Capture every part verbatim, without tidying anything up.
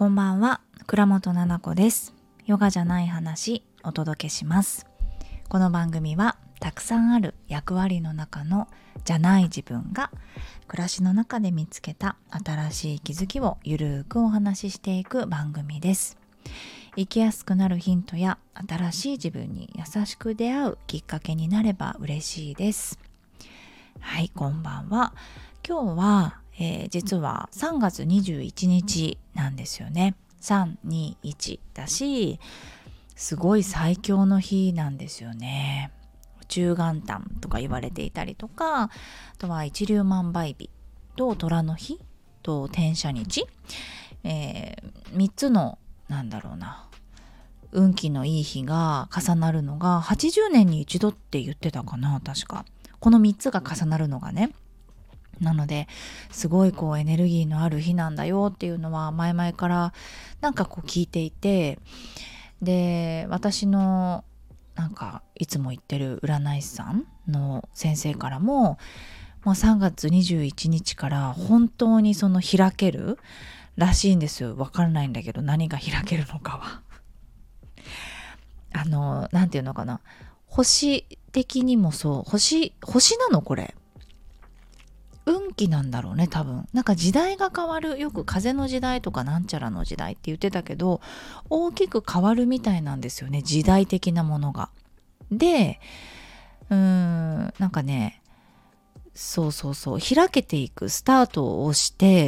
こんばんは、倉本々子です。ヨガじゃない話お届けします。この番組はたくさんある役割の中のじゃない自分が暮らしの中で見つけた新しい気づきをゆるーくお話ししていく番組です。生きやすくなるヒントや新しい自分に優しく出会うきっかけになれば嬉しいです。はい、こんばんは。今日はえー、実はさんがつにじゅういちにちなんですよね。さんにいちだし、すごい最強の日なんですよね。宇宙元旦とか言われていたりとか、あとは一粒万倍日と虎の日と天赦日、えー、みっつのなんだろうな運気のいい日が重なるのがはちじゅうねんに一度って言ってたかな。確かこのみっつが重なるのがね、なのですごいこうエネルギーのある日なんだよっていうのは前々からなんかこう聞いていて、で私のなんかいつも言ってる占い師さんの先生からも、もうさんがつにじゅういちにちから本当にその開けるらしいんですよ。わかんないんだけど何が開けるのかはあのなんていうのかな、星的にもそう、星星なのこれ運気なんだろうね、多分。なんか時代が変わる、よく風の時代とかなんちゃらの時代って言ってたけど、大きく変わるみたいなんですよね、時代的なものが。でうーんなんかね、そうそうそう、開けていくスタートをして、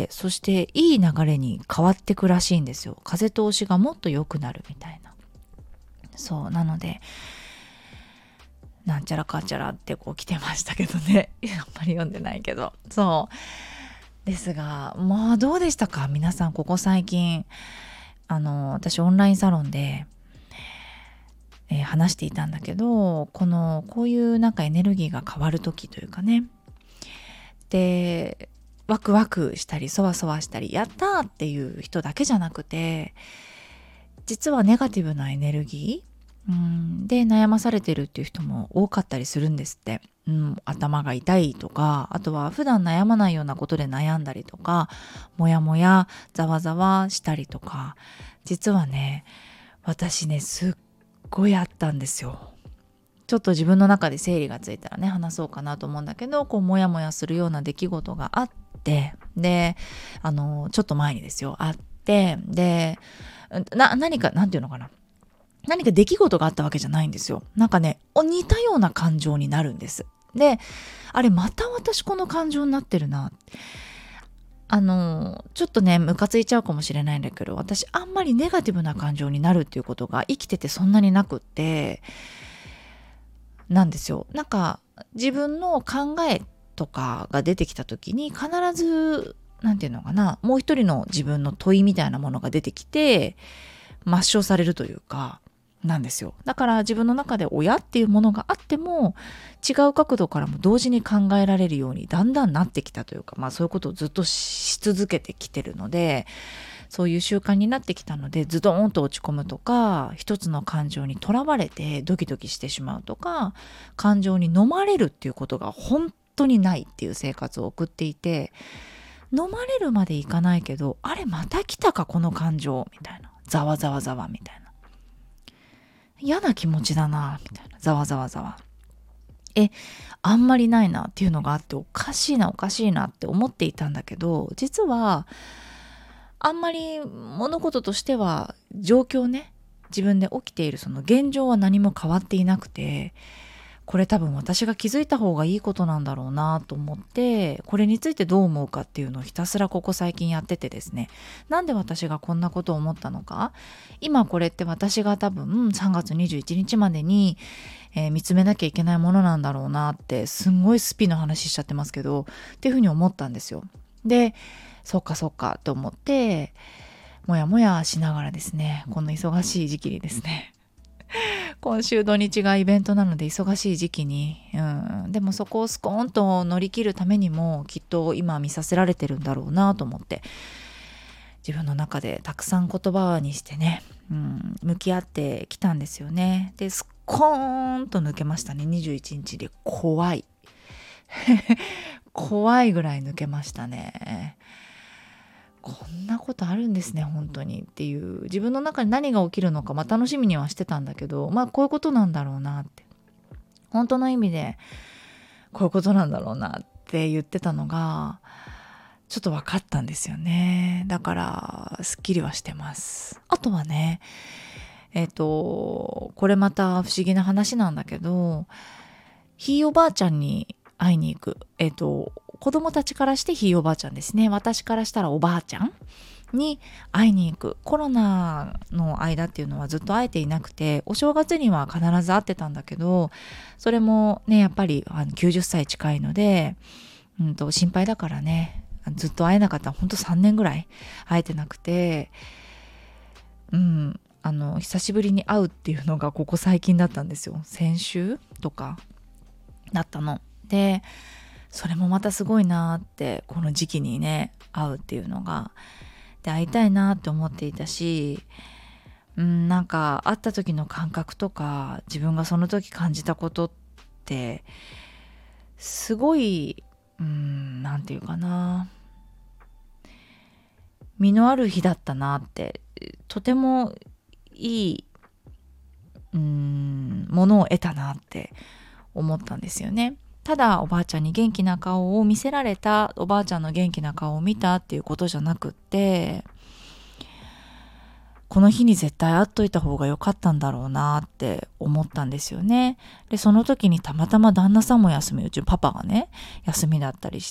そしていい流れに変わってくらしいんですよ。風通しがもっと良くなるみたいな。そうなのでなんちゃらかんちゃらってこう来てましたけどねあんまり読んでないけど、そうですが、まあどうでしたか皆さん。ここ最近あの私オンラインサロンで、えー話していたんだけど、このこういうなんかエネルギーが変わる時というかね、でワクワクしたりそわそわしたりやったーっていう人だけじゃなくて、実はネガティブなエネルギーうんで悩まされてるっていう人も多かったりするんですって。うん、頭が痛いとか、あとは普段悩まないようなことで悩んだりとか、もやもやざわざわしたりとか、実はね私ねすっごいあったんですよ。ちょっと自分の中で整理がついたらね話そうかなと思うんだけど、こうもやもやするような出来事があって、であのちょっと前にですよあって、でな何かなんていうのかな、何か出来事があったわけじゃないんですよ。なんかね似たような感情になるんです。であれまた私この感情になってるな、あのちょっとねムカついちゃうかもしれないんだけど、私あんまりネガティブな感情になるっていうことが生きててそんなになくってなんですよ。なんか自分の考えとかが出てきた時に必ずなんていうのかな、もう一人の自分の問いみたいなものが出てきて抹消されるというかなんですよ。だから自分の中で親っていうものがあっても違う角度からも同時に考えられるようにだんだんなってきたというか、まあそういうことをずっとし続けてきてるので、そういう習慣になってきたので、ズドーンと落ち込むとか、一つの感情にとらわれてドキドキしてしまうとか、感情に飲まれるっていうことが本当にないっていう生活を送っていて、飲まれるまでいかないけど、あれまた来たかこの感情みたいな、ざわざわざわみたいな、嫌な気持ちだなみたいな、ざわざわざわ、えあんまりないなっていうのがあって、おかしいなおかしいなって思っていたんだけど、実はあんまり物事としては状況ね、自分で起きているその現状は何も変わっていなくて、これ多分私が気づいた方がいいことなんだろうなと思って、これについてどう思うかっていうのをひたすらここ最近やっててですね、なんで私がこんなことを思ったのか、今これって私が多分さんがつにじゅういちにちまでに、えー見つめなきゃいけないものなんだろうなって、すんごいスピの話しちゃってますけどっていうふうに思ったんですよ。でそっかそっかと思ってもやもやしながらですね、この忙しい時期にですね今週土日がイベントなので忙しい時期に、うん、でもそこをスコーンと乗り切るためにもきっと今見させられてるんだろうなと思って、自分の中でたくさん言葉にしてね、うん、向き合ってきたんですよね。でスコーンと抜けましたね。にじゅういちにちで怖い怖いぐらい抜けましたね。 こんなことあるんですね本当にっていう、自分の中に何が起きるのか、まあ、楽しみにはしてたんだけど、まあこういうことなんだろうなって、本当の意味でこういうことなんだろうなって言ってたのがちょっと分かったんですよね。だからすっきりはしてます。あとはね、えっとこれまた不思議な話なんだけど、ひいおばあちゃんに会いに行く、えっと子供たちからしてひいおばあちゃんですね、私からしたらおばあちゃんに会いに行く。コロナの間っていうのはずっと会えていなくて、お正月には必ず会ってたんだけど、それもねやっぱりあのきゅうじゅっさい近いので、うんと心配だからね、ずっと会えなかった。ほんとさんねんぐらい会えてなくて、うんあの久しぶりに会うっていうのがここ最近だったんですよ。先週とかだったので、それもまたすごいなって、この時期にね会うっていうのが、で会いたいなって思っていたし、うんなんか会った時の感覚とか自分がその時感じたことってすごい、うんなんていうかな、実のある日だったなって、とてもいいうんものを得たなって思ったんですよね。ただおばあちゃんに元気な顔を見せられた、おばあちゃんの元気な顔を見たっていうことじゃなくって、この日に絶対会っといた方が良かったんだろうなって思ったんですよね。でその時にたまたま旦那さんも休み、うちパパがね休みだったりして、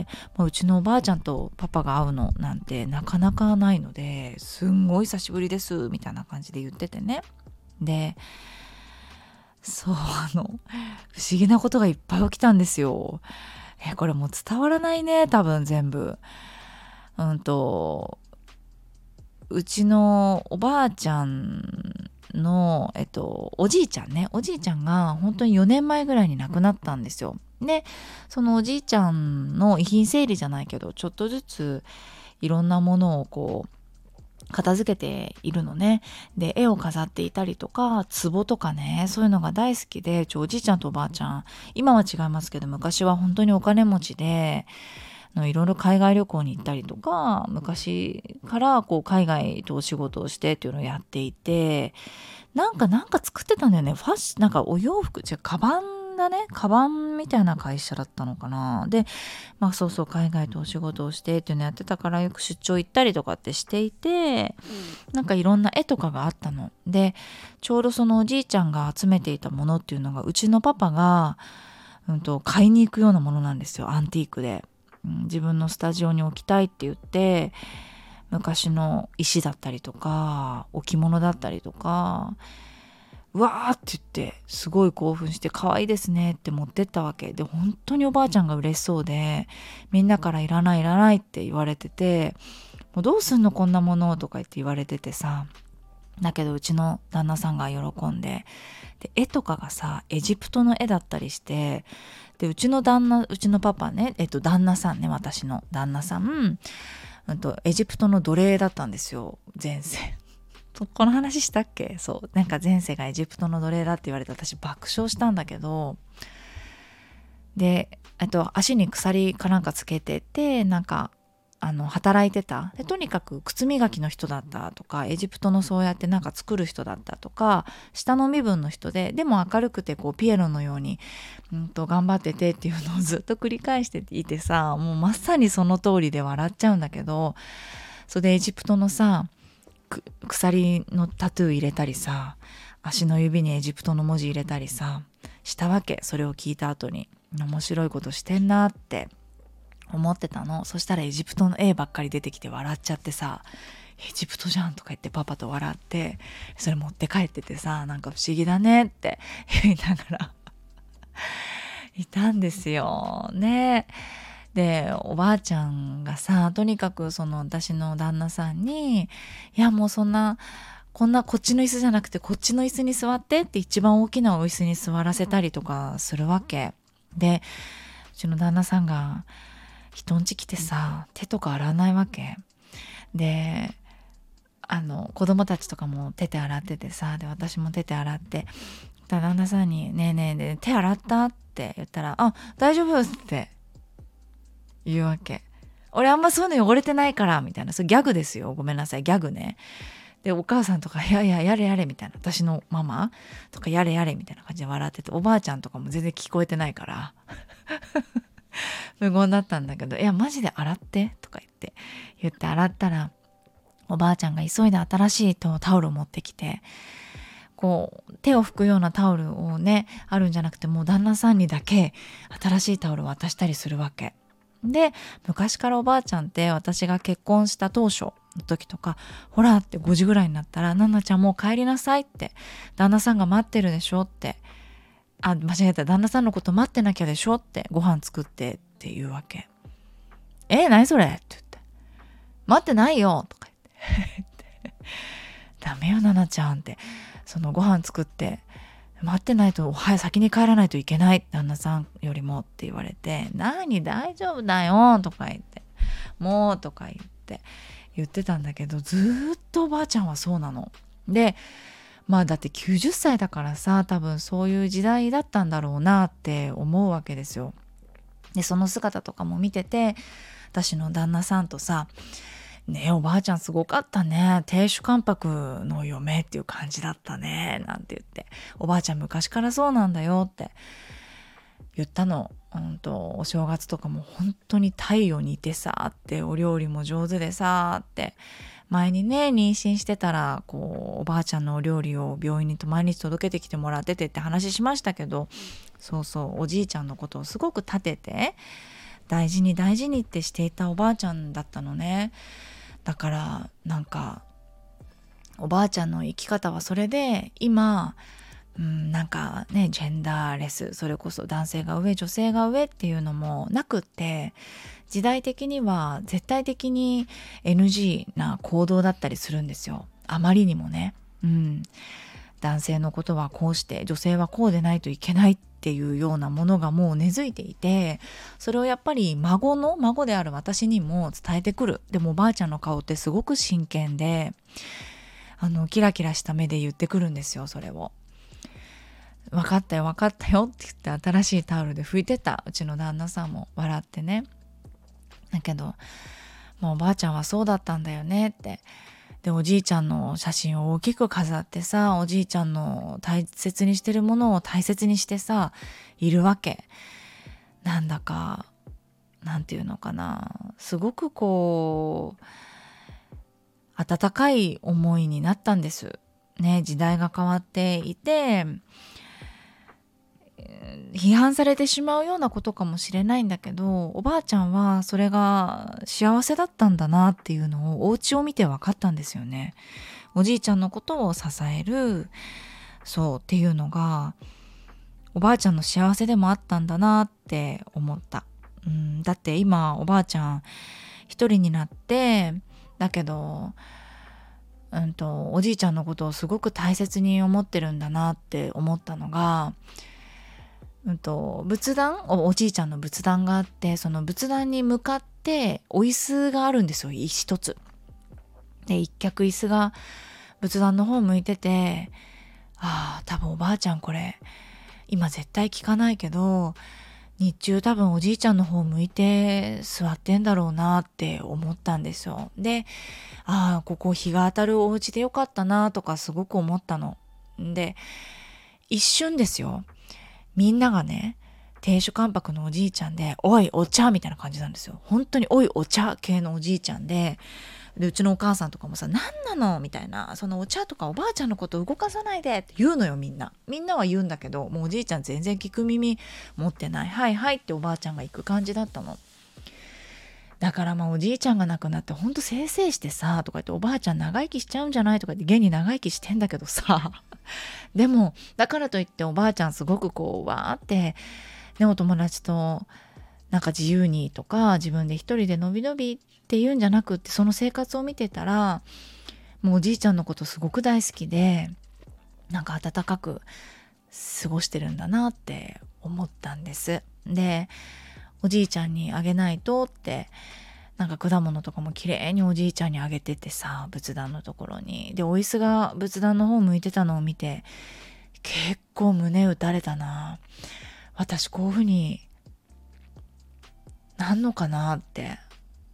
うちのおばあちゃんとパパが会うのなんてなかなかないので、すんごい久しぶりですみたいな感じで言っててね。でそうあの不思議なことがいっぱい起きたんですよ。えこれもう伝わらないね多分全部。うんとうちのおばあちゃんの、えっと、おじいちゃんね、おじいちゃんが本当によねんまえぐらいに亡くなったんですよ。でそのおじいちゃんの遺品整理じゃないけど、ちょっとずついろんなものをこう片付けているのね。で絵を飾っていたりとか壺とかね、そういうのが大好きで、ちょおじいちゃんとおばあちゃん今は違いますけど、昔は本当にお金持ちでいろいろ海外旅行に行ったりとか、昔からこう海外とお仕事をしてっていうのをやっていて、なんかなんか作ってたんだよね。ファッシなんかお洋服、違うカバンだね、カバンみたいな会社だったのかな。でまあそうそう海外とお仕事をしてっていうのやってたから、よく出張行ったりとかってしていて、なんかいろんな絵とかがあったので、ちょうどそのおじいちゃんが集めていたものっていうのが、うちのパパが、うん、と買いに行くようなものなんですよ。アンティークで、うん、自分のスタジオに置きたいって言って昔の石だったりとか置物だったりとか、うわーって言ってすごい興奮して、可愛いですねって持ってったわけで、本当におばあちゃんが嬉しそうで、みんなからいらないいらないって言われてて、もうどうすんのこんなものとか言って言われててさ、だけどうちの旦那さんが喜んで、で絵とかがさエジプトの絵だったりして、でうちの旦那うちのパパね、えっと旦那さんね、私の旦那さん、うんとエジプトの奴隷だったんですよ、前世。この話したっけ？そうなんか前世がエジプトの奴隷だって言われて、私爆笑したんだけど、でえっと足に鎖かなんかつけてて、なんかあの働いてたで、とにかく靴磨きの人だったとか、エジプトのそうやってなんか作る人だったとか、下の身分の人で、でも明るくてこうピエロのように、うんと頑張っててっていうのをずっと繰り返していてさ、もうまさにその通りで笑っちゃうんだけど、それでエジプトのさ鎖のタトゥー入れたりさ、足の指にエジプトの文字入れたりさしたわけ。それを聞いた後に面白いことしてんなって思ってたの。そしたらエジプトの絵ばっかり出てきて笑っちゃってさ、エジプトじゃんとか言ってパパと笑って、それ持って帰っててさ、なんか不思議だねって言いながらいたんですよね。でおばあちゃんがさ、とにかくその私の旦那さんに、いやもうそんなこんなこっちの椅子じゃなくてこっちの椅子に座ってって、一番大きなお椅子に座らせたりとかするわけで、うちの旦那さんが人ん家来てさ、手とか洗わないわけで、あの子供たちとかも手手洗っててさ、で私も手手洗って、旦那さんにねえねえで手洗ったって言ったら、あ大丈夫って言うわけ。 俺あんまそういうの汚れてないからみたいな、それギャグですよ、ごめんなさい、ギャグね。でお母さんとかいやいややれやれみたいな、私のママとかやれやれみたいな感じで笑ってて、おばあちゃんとかも全然聞こえてないから無言だったんだけど、いやマジで洗ってとか言って言って洗ったら、おばあちゃんが急いで新しいタオルを持ってきて、こう手を拭くようなタオルをねあるんじゃなくて、もう旦那さんにだけ新しいタオルを渡したりするわけで、昔からおばあちゃんって私が結婚した当初の時とか、ほらってごじぐらいになったら、ななちゃんもう帰りなさいって、旦那さんが待ってるでしょって、あ間違えた、旦那さんのこと待ってなきゃでしょって、ご飯作ってって言うわけ。え何それって言って、待ってないよとか言ってダメよななちゃんって、そのご飯作って待ってないと、早先に帰らないといけない、旦那さんよりもって言われて、何大丈夫だよとか言って、もうとか言って言ってたんだけど、ずーっとおばあちゃんはそうなので、まあだってきゅうじゅっさいだからさ、多分そういう時代だったんだろうなって思うわけですよ。でその姿とかも見てて、私の旦那さんとさ、ねえおばあちゃんすごかったね、亭主関白の嫁っていう感じだったねなんて言って、おばあちゃん昔からそうなんだよって言ったの。うんとお正月とかも本当に太陽にいてさって、お料理も上手でさって、前にね妊娠してたらこうおばあちゃんのお料理を病院にと毎日届けてきてもらっててって話しましたけど、そうそうおじいちゃんのことをすごく立てて大事に大事にってしていたおばあちゃんだったのね。だからなんかおばあちゃんの生き方はそれで、今、うん、なんかねジェンダーレス、それこそ男性が上女性が上っていうのもなくって、時代的には絶対的に エヌジー な行動だったりするんですよ。あまりにもね、うん、男性のことはこうして女性はこうでないといけないっていうようなものがもう根付いていて、それをやっぱり孫の孫である私にも伝えてくる。でもおばあちゃんの顔ってすごく真剣で、あのキラキラした目で言ってくるんですよ。それを分かったよ分かったよって言って新しいタオルで拭いてたうちの旦那さんも笑ってね。だけどもうおばあちゃんはそうだったんだよねって。でおじいちゃんの写真を大きく飾ってさ、おじいちゃんの大切にしてるものを大切にしてさいるわけ。なんだかなんていうのかな、すごくこう温かい思いになったんですね。時代が変わっていて批判されてしまうようなことかもしれないんだけど、おばあちゃんはそれが幸せだったんだなっていうのをお家を見て分かったんですよね。おじいちゃんのことを支えるそうっていうのがおばあちゃんの幸せでもあったんだなって思った。うん、だって今おばあちゃん一人になってだけど、うんと、おじいちゃんのことをすごく大切に思ってるんだなって思ったのが、うんと、仏壇 お, おじいちゃんの仏壇があって、その仏壇に向かってお椅子があるんですよ、一つで。一脚椅子が仏壇の方向いてて、ああ多分おばあちゃんこれ今絶対聞かないけど日中多分おじいちゃんの方向いて座ってんだろうなって思ったんですよ。で、ああここ日が当たるお家でよかったなとかすごく思ったの。で一瞬ですよ、みんながね亭主関白のおじいちゃんで、おいお茶みたいな感じなんですよ。本当においお茶系のおじいちゃんで、でうちのお母さんとかもさ、何なのみたいな、そのお茶とかおばあちゃんのこと動かさないでって言うのよ。みんなみんなは言うんだけど、もうおじいちゃん全然聞く耳持ってない。はいはいっておばあちゃんが行く感じだったの。だからまあおじいちゃんが亡くなってほんとせいせいしてさとか言って、おばあちゃん長生きしちゃうんじゃないとか言って現に長生きしてんだけどさでもだからといっておばあちゃんすごくこうわーってね、お友達となんか自由にとか自分で一人でのびのびっていうんじゃなくって、その生活を見てたらもうおじいちゃんのことすごく大好きで、なんか温かく過ごしてるんだなって思ったんです。でおじいちゃんにあげないとって、なんか果物とかもきれいにおじいちゃんにあげててさ、仏壇のところに。でお椅子が仏壇の方向いてたのを見て結構胸打たれたな。私こういうふうになんのかなって、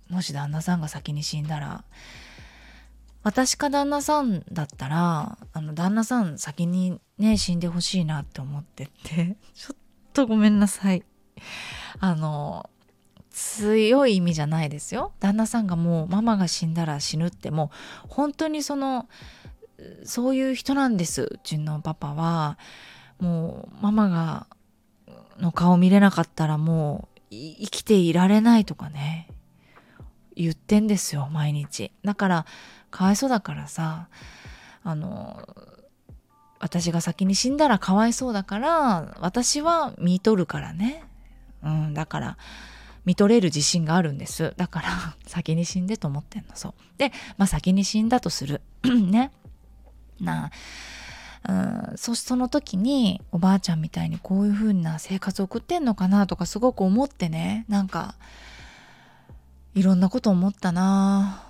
もし旦那さんが先に死んだら、私か旦那さんだったらあの旦那さん先にね死んでほしいなって思っててちょっとごめんなさい。あの強い意味じゃないですよ。旦那さんがもうママが死んだら死ぬってもう本当にそのそういう人なんです。うちのパパはもうママがの顔見れなかったらもう生きていられないとかね言ってんですよ毎日。だからかわいそうだからさ、あの私が先に死んだらかわいそうだから私は見とるからね、うん、だから見とれる自信があるんです。だから先に死んでと思ってんの。そうで、まあ先に死んだとするねなあ、うん、そその時におばあちゃんみたいにこういう風な生活を送ってんのかなとかすごく思ってね、なんかいろんなこと思ったな。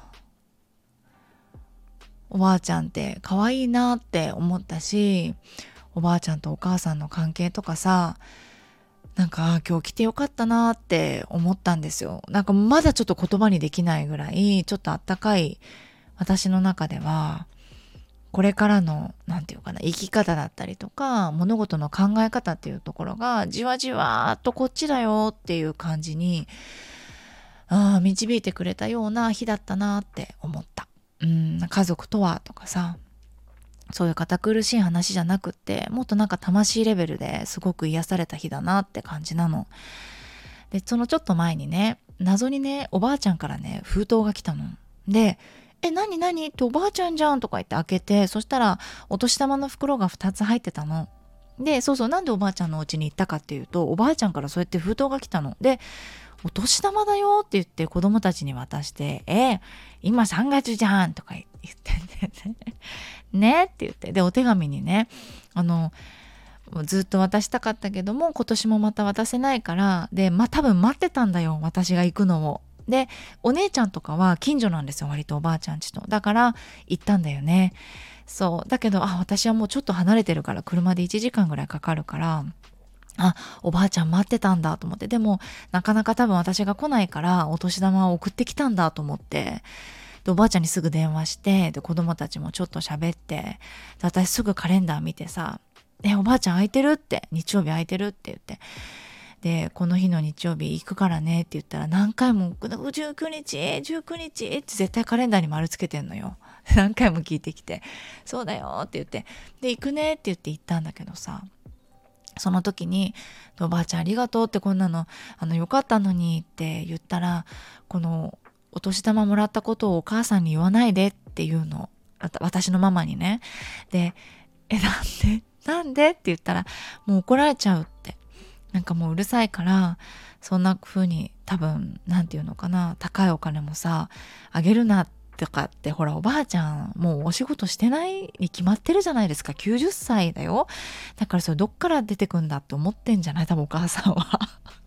おばあちゃんって可愛いなって思ったし、おばあちゃんとお母さんの関係とかさ、なんか今日来てよかったなって思ったんですよ。なんかまだちょっと言葉にできないぐらいちょっとあったかい私の中では、これからのなんていうかな生き方だったりとか物事の考え方っていうところがじわじわっとこっちだよっていう感じにああ導いてくれたような日だったなって思った。うん、家族とはとかさ、そういう堅苦しい話じゃなくって、もっとなんか魂レベルですごく癒された日だなって感じなの。で、そのちょっと前にね、謎にね、おばあちゃんからね、封筒が来たの。で、え、なになにっておばあちゃんじゃんとか言って開けて、そしたらお年玉の袋がふたつ入ってたの。で、そうそう、なんでおばあちゃんのお家に行ったかっていうと、おばあちゃんからそうやって封筒が来たの。で、お年玉だよって言って子供たちに渡して、えー、今さんがつじゃんとか言ってね。ねって言って。で、お手紙にね、あの、ずっと渡したかったけども、今年もまた渡せないから、で、まあ、多分待ってたんだよ、私が行くのを。で、お姉ちゃんとかは近所なんですよ、割とおばあちゃん家と。だから、行ったんだよね。そう。だけど、あ、私はもうちょっと離れてるから、車でいちじかんぐらいかかるから、あ、おばあちゃん待ってたんだと思って。でも、なかなか多分私が来ないから、お年玉を送ってきたんだと思って、でおばあちゃんにすぐ電話して、で子供たちもちょっと喋って、で私すぐカレンダー見てさ、え、おばあちゃん空いてるって、日曜日空いてるって言って、で、この日の日曜日行くからねって言ったら何回も、じゅうくにち、じゅうくにちって絶対カレンダーに丸つけてんのよ。何回も聞いてきて、そうだよって言って、で、行くねって言って行ったんだけどさ、その時に、おばあちゃんありがとうってこんなの、あの、よかったのにって言ったら、この、お年玉もらったことをお母さんに言わないでっていうの。私のママにね。で、え、なんでなんでって言ったら、もう怒られちゃうって。なんかもううるさいから、そんな風に多分、なんていうのかな、高いお金もさ、あげるなとかって、ほらおばあちゃん、もうお仕事してないに決まってるじゃないですか。きゅうじゅっさいだよ。だからそれどっから出てくんだって思ってんじゃない多分お母さんは。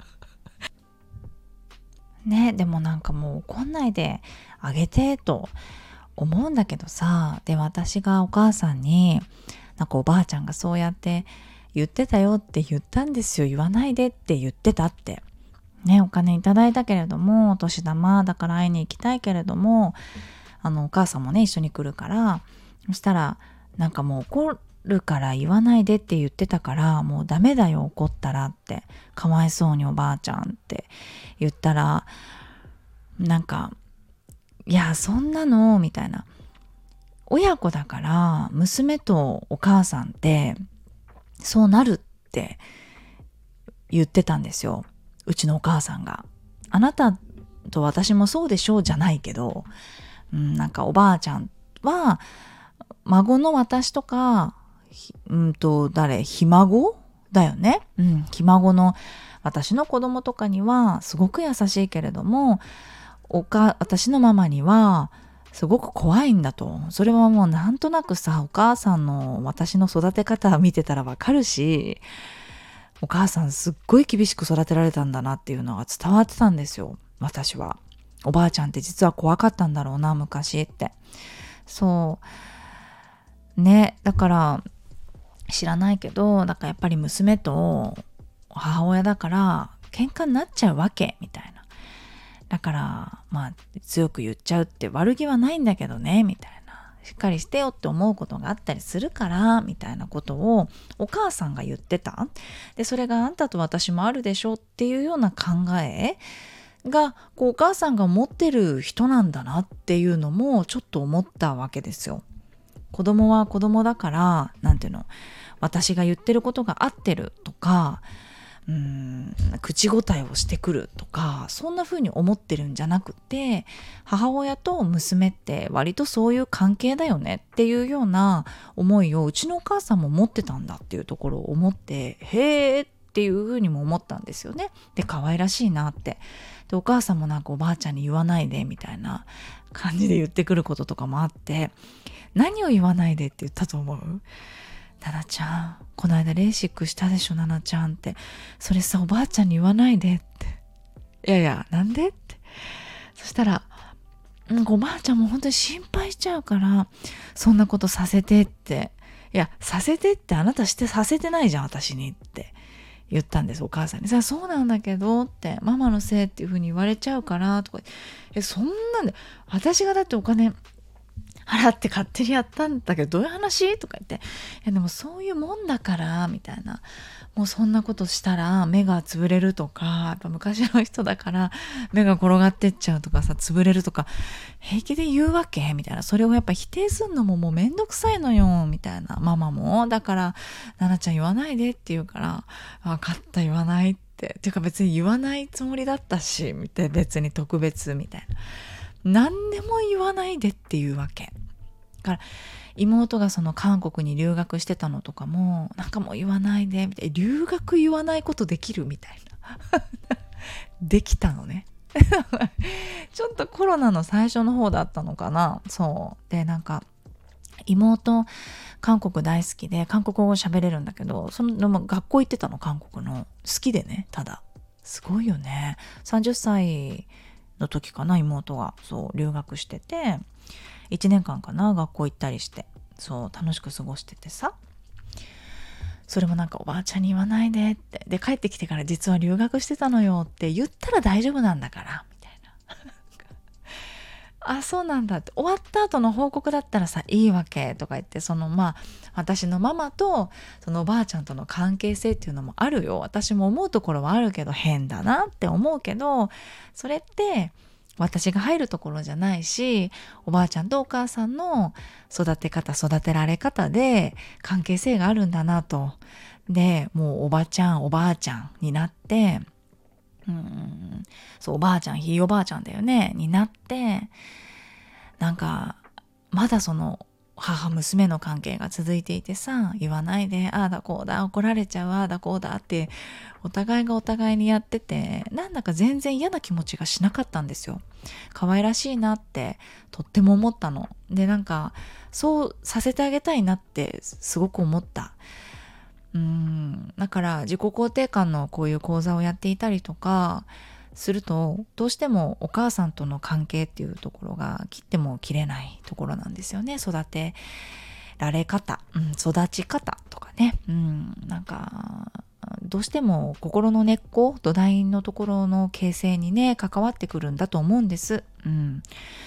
ね、でもなんかもう怒んないであげてと思うんだけどさ、で私がお母さんになんかおばあちゃんがそうやって言ってたよって言ったんですよ、言わないでって言ってたってね、お金いただいたけれどもお年玉だから会いに行きたいけれども、あのお母さんもね一緒に来るから、そしたらなんかもう怒るから言わないでって言ってたからもうダメだよ怒ったらって、かわいそうにおばあちゃんって言ったら、なんかいやそんなのみたいな、親子だから娘とお母さんってそうなるって言ってたんですよ、うちのお母さんが。あなたと私もそうでしょうじゃないけど、うん、なんかおばあちゃんは孫の私とか、うんと誰ひ孫だよね、うん、ひ孫の私の子供とかにはすごく優しいけれども、おか私のママにはすごく怖いんだと。それはもうなんとなくさ、お母さんの私の育て方見てたらわかるし、お母さんすっごい厳しく育てられたんだなっていうのが伝わってたんですよ、私は。おばあちゃんって実は怖かったんだろうな昔って。そうね、だから知らないけど、だからやっぱり娘と母親だから喧嘩になっちゃうわけみたいな。 だからまあ強く言っちゃうって悪気はないんだけどねみたいな、しっかりしてよって思うことがあったりするからみたいなことをお母さんが言ってた。でそれがあんたと私もあるでしょっていうような考えがこうお母さんが持ってる人なんだなっていうのもちょっと思ったわけですよ。子供は子供だからなんていうの、私が言ってることが合ってるとか、うーん口答えをしてくるとかそんな風に思ってるんじゃなくて、母親と娘って割とそういう関係だよねっていうような思いをうちのお母さんも持ってたんだっていうところを思って、へーっていう風にも思ったんですよね。で可愛らしいなって。でお母さんもなんかおばあちゃんに言わないでみたいな感じで言ってくることとかもあって、何を言わないでって言ったと思う？ななちゃんこの間レーシックしたでしょななちゃんって、それさおばあちゃんに言わないでって。いやいやなんでって。そしたら、うん、おばあちゃんも本当に心配しちゃうからそんなことさせてって。いやさせてってあなたしてさせてないじゃん私にって言ったんです、お母さんに。さあそうなんだけどってママのせいっていう風に言われちゃうからとか、えそんなんで私がだってお金払って勝手にやったんだけどどういう話とか言って、いやでもそういうもんだからみたいな、もうそんなことしたら目が潰れるとか、やっぱ昔の人だから目が転がってっちゃうとかさ、潰れるとか平気で言うわけみたいな、それをやっぱ否定すんのももうめんどくさいのよみたいな、ママもだからななちゃん言わないでって言うから、分かった言わないって、ていうか別に言わないつもりだったしみたいな、別に特別みたいな、何でも言わないでっていうわけから、妹がその韓国に留学してたのとかもなんかもう言わないでみたいな、留学言わないことできるみたいなできたのねちょっとコロナの最初の方だったのかな。そうでなんか妹韓国大好きで韓国語喋れるんだけど、その学校行ってたの、韓国の。好きでね、ただすごいよね。さんじゅっさいの時かな、妹がそう留学してていちねんかんかな学校行ったりして、そう楽しく過ごしててさ、それもなんかおばあちゃんに言わないでって、で帰ってきてから実は留学してたのよって言ったら大丈夫なんだからみたいなあそうなんだって、終わった後の報告だったらさいいわけとか言って、そのまあ私のママとそのおばあちゃんとの関係性っていうのもあるよ、私も思うところはあるけど変だなって思うけど、それって私が入るところじゃないし、おばあちゃんとお母さんの育て方育てられ方で関係性があるんだなと。でもうおばちゃんおばあちゃんになって、うーんそうおばあちゃんひいおばあちゃんだよねになって、なんかまだその母娘の関係が続いていてさ、言わないでああだこうだ怒られちゃうああだこうだってお互いがお互いにやってて、なんだか全然嫌な気持ちがしなかったんですよ。可愛らしいなってとっても思ったので、なんかそうさせてあげたいなってすごく思った。うーんだから自己肯定感のこういう講座をやっていたりとかすると、どうしてもお母さんとの関係っていうところが切っても切れないところなんですよね。育てられ方、うん、育ち方とかね、うん、なんかどうしても心の根っこ土台のところの形成にね関わってくるんだと思うんです、うん、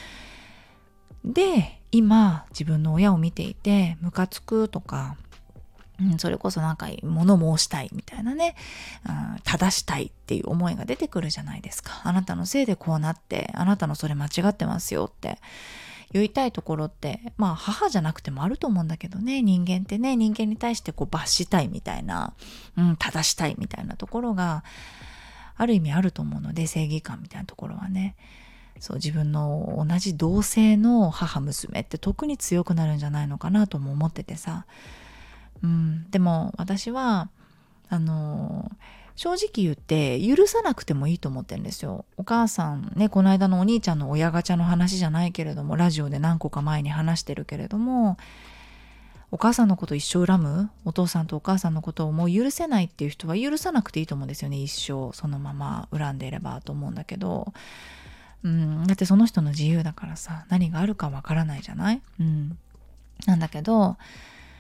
で今自分の親を見ていてムカつくとか、うん、それこそなんか物申したいみたいなね、うん、正したいっていう思いが出てくるじゃないですか。あなたのせいでこうなって、あなたのそれ間違ってますよって言いたいところって、まあ母じゃなくてもあると思うんだけどね、人間ってね、人間に対してこう罰したいみたいな、うん、正したいみたいなところがある意味あると思うので、正義感みたいなところはね、そう自分の同じ同性の母娘って特に強くなるんじゃないのかなとも思っててさ、うん、でも私はあの正直言って許さなくてもいいと思ってるんですよ。お母さんね、この間のお兄ちゃんの親ガチャの話じゃないけれども、ラジオで何個か前に話してるけれども、お母さんのこと一生恨む、お父さんとお母さんのことをもう許せないっていう人は許さなくていいと思うんですよね。一生そのまま恨んでいればと思うんだけど、うん、だってその人の自由だからさ、何があるかわからないじゃない、うん、なんだけど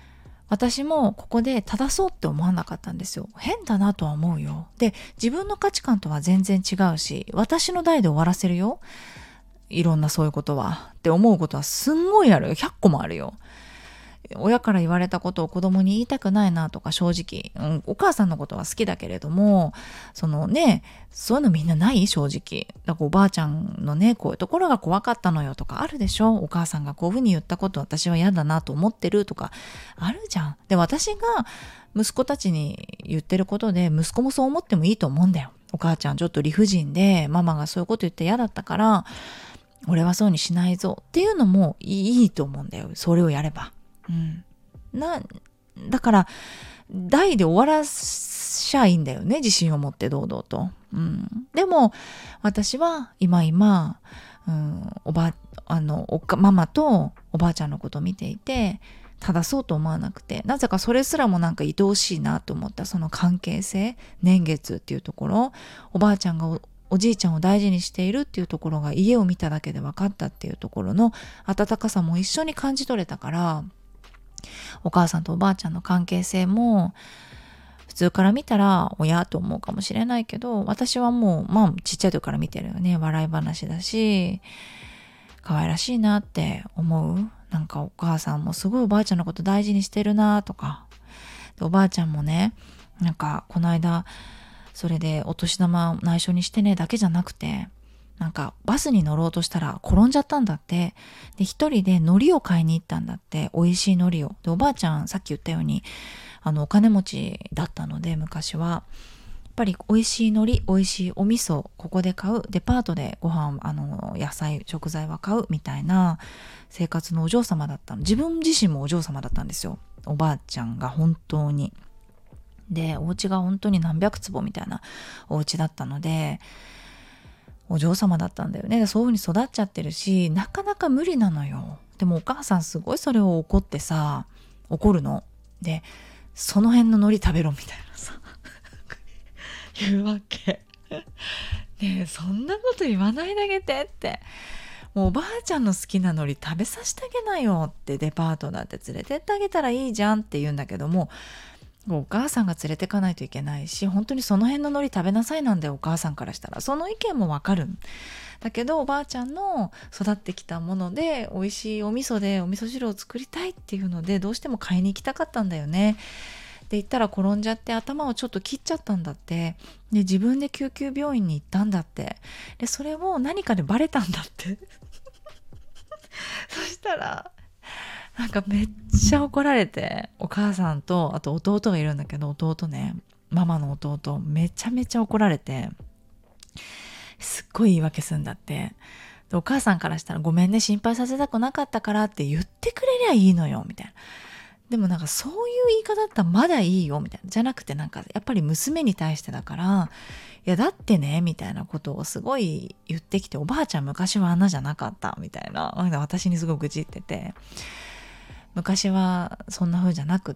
私もここで正そうって思わなかったんですよ。変だなとは思うよ。で、自分の価値観とは全然違うし、私の代で終わらせるよ。いろんなそういうことは。って思うことはすんごいあるよ。ひゃっこもあるよ。親から言われたことを子供に言いたくないなとか正直、うん、お母さんのことは好きだけれども、そのね、そういうのみんなない正直。だからおばあちゃんのね、こういうところが怖かったのよとかあるでしょ。お母さんがこういうふうに言ったこと私は嫌だなと思ってるとかあるじゃん。で、私が息子たちに言ってることで息子もそう思ってもいいと思うんだよ。お母ちゃんちょっと理不尽でママがそういうこと言って嫌だったから俺はそうにしないぞっていうのもいいと思うんだよ。それをやれば。うん、なだから代で終わらしゃいいんだよね、自信を持って堂々と、うん、でも私は今今、うん、おばあのおかママとおばあちゃんのことを見ていて正そうと思わなくて、なぜかそれすらもなんか愛おしいなと思った。その関係性、年月っていうところ、おばあちゃんが お, おじいちゃんを大事にしているっていうところが家を見ただけで分かったっていうところの温かさも一緒に感じ取れたから、お母さんとおばあちゃんの関係性も普通から見たら親と思うかもしれないけど、私はもうまあちっちゃい時から見てるよね。笑い話だし可愛らしいなって思う。なんかお母さんもすごいおばあちゃんのこと大事にしてるなとか、でおばあちゃんもね、なんかこの間それでお年玉を内緒にしてねだけじゃなくて、なんかバスに乗ろうとしたら転んじゃったんだって。で一人で海苔を買いに行ったんだって。美味しい海苔を。でおばあちゃんさっき言ったようにあのお金持ちだったので、昔はやっぱり美味しい海苔、美味しいお味噌ここで買う、デパートでご飯あの野菜食材は買うみたいな生活のお嬢様だったの。自分自身もお嬢様だったんですよ、おばあちゃんが本当に。でお家が本当に何百坪みたいなお家だったのでお嬢様だったんだよね。でそういう風に育っちゃってるし、なかなか無理なのよ。でもお母さんすごいそれを怒ってさ、怒るの。で、その辺の海苔食べろみたいなさ言うわけ。ねえ、そんなこと言わないであげてって。もうおばあちゃんの好きな海苔食べさせてあげなよって、デパートだって連れてってあげたらいいじゃんって言うんだけども、お母さんが連れてかないといけないし、本当にその辺の海苔食べなさいなんだよ、お母さんからしたら。その意見もわかる。だけどおばあちゃんの育ってきたもので美味しいお味噌でお味噌汁を作りたいっていうのでどうしても買いに行きたかったんだよね。で行ったら転んじゃって頭をちょっと切っちゃったんだって。で自分で救急病院に行ったんだって。でそれを何かでバレたんだってそしたらなんかめっちゃ怒られて、お母さんとあと弟がいるんだけど、弟ね、ママの弟めちゃめちゃ怒られて、すっごい言い訳するんだって。でお母さんからしたらごめんね、心配させたくなかったからって言ってくれりゃいいのよみたいな。でもなんかそういう言い方だったらまだいいよみたいな、じゃなくてなんかやっぱり娘に対してだから、いやだってねみたいなことをすごい言ってきて、おばあちゃん昔はあんなじゃなかったみたいな、私にすごく愚痴ってて、昔はそんな風じゃなくって、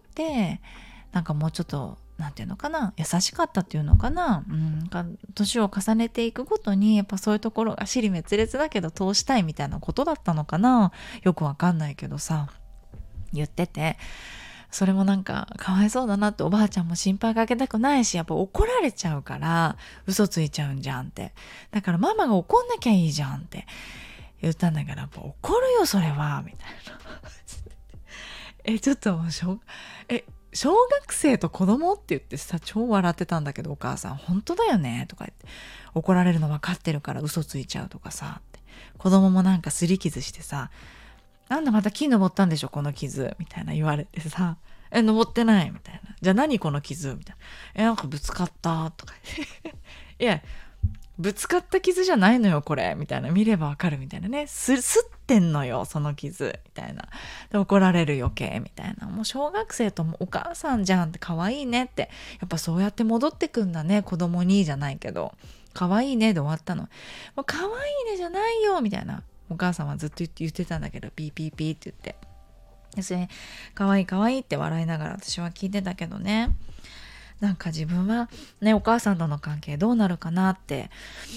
なんかもうちょっとなんていうのかな、優しかったっていうのかな、うん、なんか年を重ねていくごとにやっぱそういうところが尻滅裂だけど通したいみたいなことだったのかな、よくわかんないけどさ言ってて、それもなんかかわいそうだなって、おばあちゃんも心配かけたくないし、やっぱ怒られちゃうから嘘ついちゃうんじゃんって、だからママが怒んなきゃいいじゃんって言ったんだけど、やっぱ怒るよそれはみたいなえちょっともうしょえ小学生と子供って言ってさ超笑ってたんだけど、お母さん本当だよねとか言って、怒られるの分かってるから嘘ついちゃうとかさって、子供もなんかすり傷してさ、なんだまた木登ったんでしょこの傷みたいな言われてさ、え登ってないみたいな、じゃあ何この傷みたいな、えなんかぶつかったとか言っていやぶつかった傷じゃないのよこれみたいな、見ればわかるみたいなね、すすってんのよその傷みたいな、で怒られる余計みたいな、もう小学生ともお母さんじゃんって、可愛いねって、やっぱそうやって戻ってくんだね子供にじゃないけど、可愛いねで終わったの。もう可愛いねじゃないよみたいな、お母さんはずっと言って言ってたんだけど、ピーピーピーって言って、でそれ可愛い可愛いって笑いながら私は聞いてたけどね、なんか自分はねお母さんとの関係どうなるかなって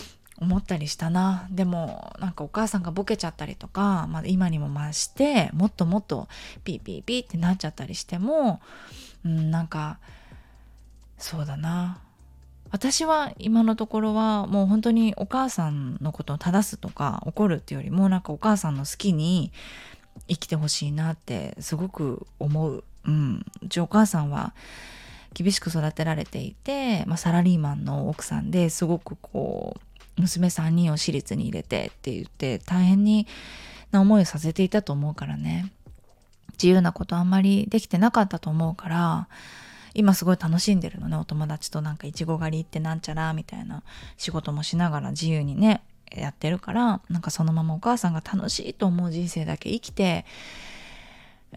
思ったりしたな。でもなんかお母さんがボケちゃったりとか、まあ、今にも増してもっともっとピーピーピーってなっちゃったりしても、うん、なんかそうだな、私は今のところはもう本当にお母さんのことを正すとか怒るっていうよりも、なんかお母さんの好きに生きてほしいなってすごく思う。うん、うちお母さんは厳しく育てられていて、まあ、サラリーマンの奥さんですごくこう娘さんにんを私立に入れてって言って大変にな思いをさせていたと思うからね。自由なことあんまりできてなかったと思うから、今すごい楽しんでるのね。お友達となんかいちご狩り行ってなんちゃらみたいな仕事もしながら自由にねやってるから、なんかそのままお母さんが楽しいと思う人生だけ生きて、うん、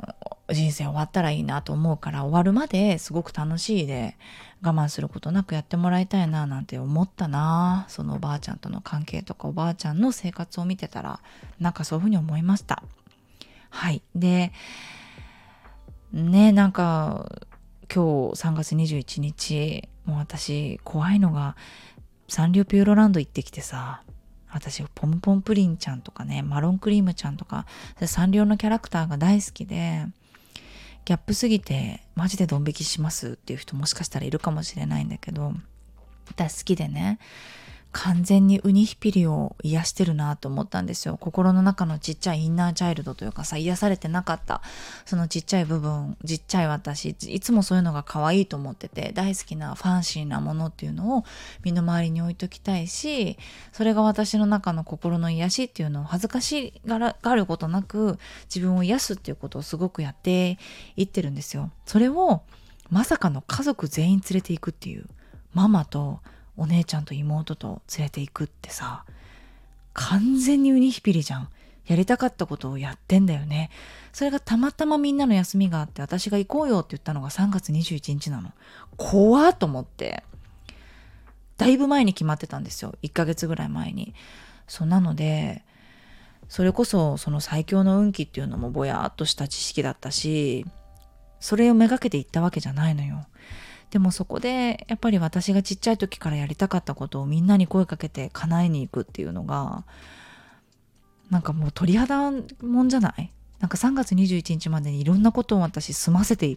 人生終わったらいいなと思うから、終わるまですごく楽しいで我慢することなくやってもらいたいななんて思ったな。そのおばあちゃんとの関係とかおばあちゃんの生活を見てたらなんかそういうふうに思いました。はい。でね、なんか今日さんがつにじゅういちにち、もう私怖いのがサンリオピューロランド行ってきてさ、私ポムポンプリンちゃんとかね、マロンクリームちゃんとかサンリオのキャラクターが大好きで、ギャップすぎてマジでドン引きしますっていう人もしかしたらいるかもしれないんだけど、私好きでね、完全にウニヒピリを癒してるなと思ったんですよ。心の中のちっちゃいインナーチャイルドというかさ、癒されてなかったそのちっちゃい部分、ちっちゃい私、いつもそういうのが可愛いと思ってて、大好きなファンシーなものっていうのを身の回りに置いときたいし、それが私の中の心の癒しっていうのを恥ずかしがることなく自分を癒すっていうことをすごくやっていってるんですよ。それをまさかの家族全員連れていくっていう、ママとお姉ちゃんと妹と連れて行くってさ、完全にウニヒピリじゃん。やりたかったことをやってんだよね。それがたまたまみんなの休みがあって私が行こうよって言ったのがさんがつにじゅういちにちなの。怖っと思って、だいぶ前に決まってたんですよ。いっかげつぐらい前に。そうなので、それこそその最強の運気っていうのもぼやっとした知識だったし、それをめがけて行ったわけじゃないのよ。でもそこでやっぱり私がちっちゃい時からやりたかったことをみんなに声かけて叶えに行くっていうのが、なんかもう鳥肌もんじゃない？なんかさんがつにじゅういちにちまでにいろんなことを私済ませていって、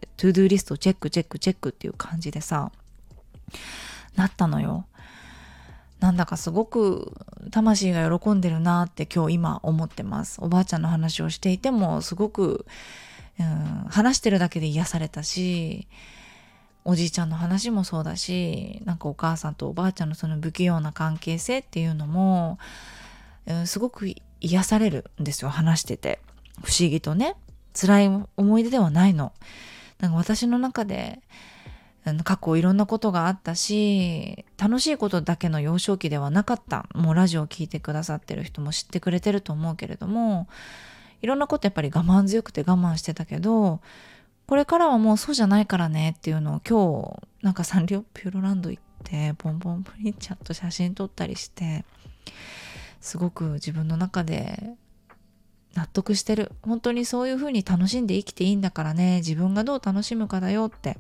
トゥードゥーリストチェックチェックチェックっていう感じでさ、なったのよ。なんだかすごく魂が喜んでるなって今日今思ってます。おばあちゃんの話をしていてもすごく、うん、話してるだけで癒されたし、おじいちゃんの話もそうだし、なんかお母さんとおばあちゃんのその不器用な関係性っていうのも、うん、すごく癒されるんですよ。話してて不思議とね、辛い思い出ではないの。なんか私の中で過去いろんなことがあったし、楽しいことだけの幼少期ではなかった。もうラジオを聞いてくださってる人も知ってくれてると思うけれども、いろんなことやっぱり我慢強くて我慢してたけど、これからはもうそうじゃないからねっていうのを今日なんかサンリオピューロランド行ってポンポンプリンちゃんと写真撮ったりして、すごく自分の中で納得してる。本当にそういう風に楽しんで生きていいんだからね、自分がどう楽しむかだよって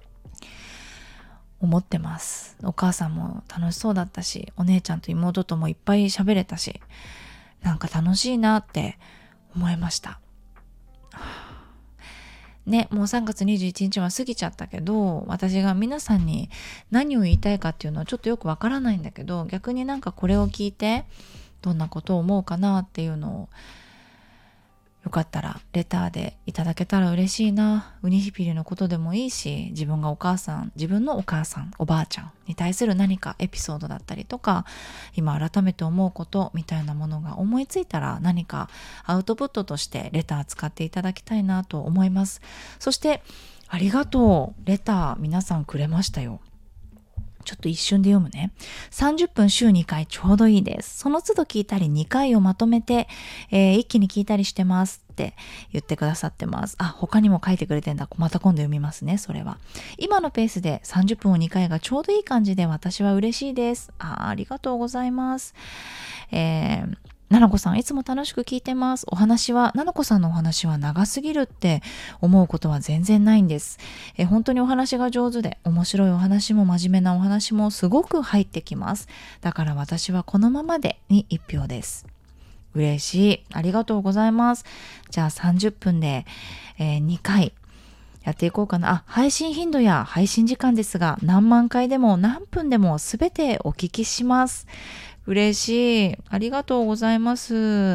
思ってます。お母さんも楽しそうだったし、お姉ちゃんと妹ともいっぱい喋れたし、なんか楽しいなって思いました。ね、もうさんがつにじゅういちにちは過ぎちゃったけど、私が皆さんに何を言いたいかっていうのはちょっとよくわからないんだけど、逆になんかこれを聞いてどんなことを思うかなっていうのをよかったらレターでいただけたら嬉しいな。ウニヒピリのことでもいいし、自分がお母さん、自分のお母さん、おばあちゃんに対する何かエピソードだったりとか、今改めて思うことみたいなものが思いついたら何かアウトプットとしてレター使っていただきたいなと思います。そしてありがとう。レター皆さんくれましたよ。ちょっと一瞬で読むね。さんじゅっぷん週にかいちょうどいいです。その都度聞いたりにかいをまとめて、えー、一気に聞いたりしてますって言ってくださってます。あ、他にも書いてくれてんだ。また今度読みますね、それは。今のペースでさんじゅっぷんをにかいがちょうどいい感じで私は嬉しいです。あ、ありがとうございます。えーななこさんいつも楽しく聞いてます。お話はななこさんのお話は長すぎるって思うことは全然ないんです。え本当にお話が上手で面白いお話も真面目なお話もすごく入ってきます。だから私はこのままでにいち票です。嬉しい。ありがとうございます。じゃあさんじゅっぷんで、えー、にかいやっていこうかな。あ、配信頻度や配信時間ですが、何万回でも何分でもすべてお聞きします。嬉しい。ありがとうございます。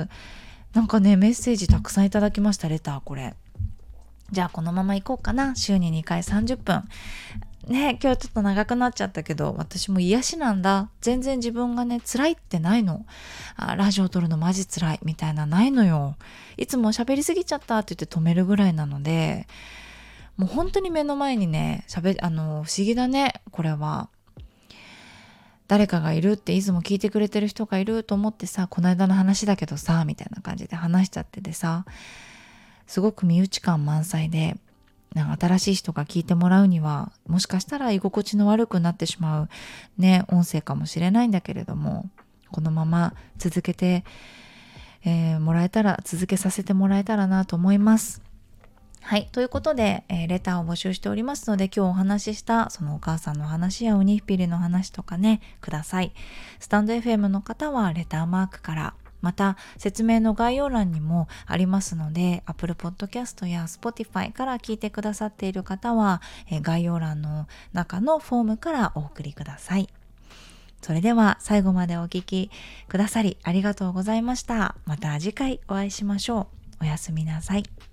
なんかね、メッセージたくさんいただきました、レターこれ。じゃあこのまま行こうかな。週ににかいさんじゅっぷん。ね、今日ちょっと長くなっちゃったけど、私も癒しなんだ。全然自分がね、辛いってないの。あ、ラジオ撮るのマジ辛いみたいなないのよ。いつも喋りすぎちゃったって言って止めるぐらいなので、もう本当に目の前にね、喋、あの、不思議だね、これは。誰かがいるっていつも聞いてくれてる人がいると思ってさ、この間の話だけどさ、みたいな感じで話しちゃっててさ、すごく身内感満載で、なんか新しい人が聞いてもらうには、もしかしたら居心地の悪くなってしまうね、音声かもしれないんだけれども、このまま続けて、えー、もらえたら、続けさせてもらえたらなと思います。はい。ということで、えー、レターを募集しておりますので、今日お話ししたそのお母さんの話やおにひぴりの話とかね、ください。スタンド エフエム の方はレターマークから、また説明の概要欄にもありますので、Apple Podcast や Spotify から聞いてくださっている方は、えー、概要欄の中のフォームからお送りください。それでは最後までお聞きくださりありがとうございました。また次回お会いしましょう。おやすみなさい。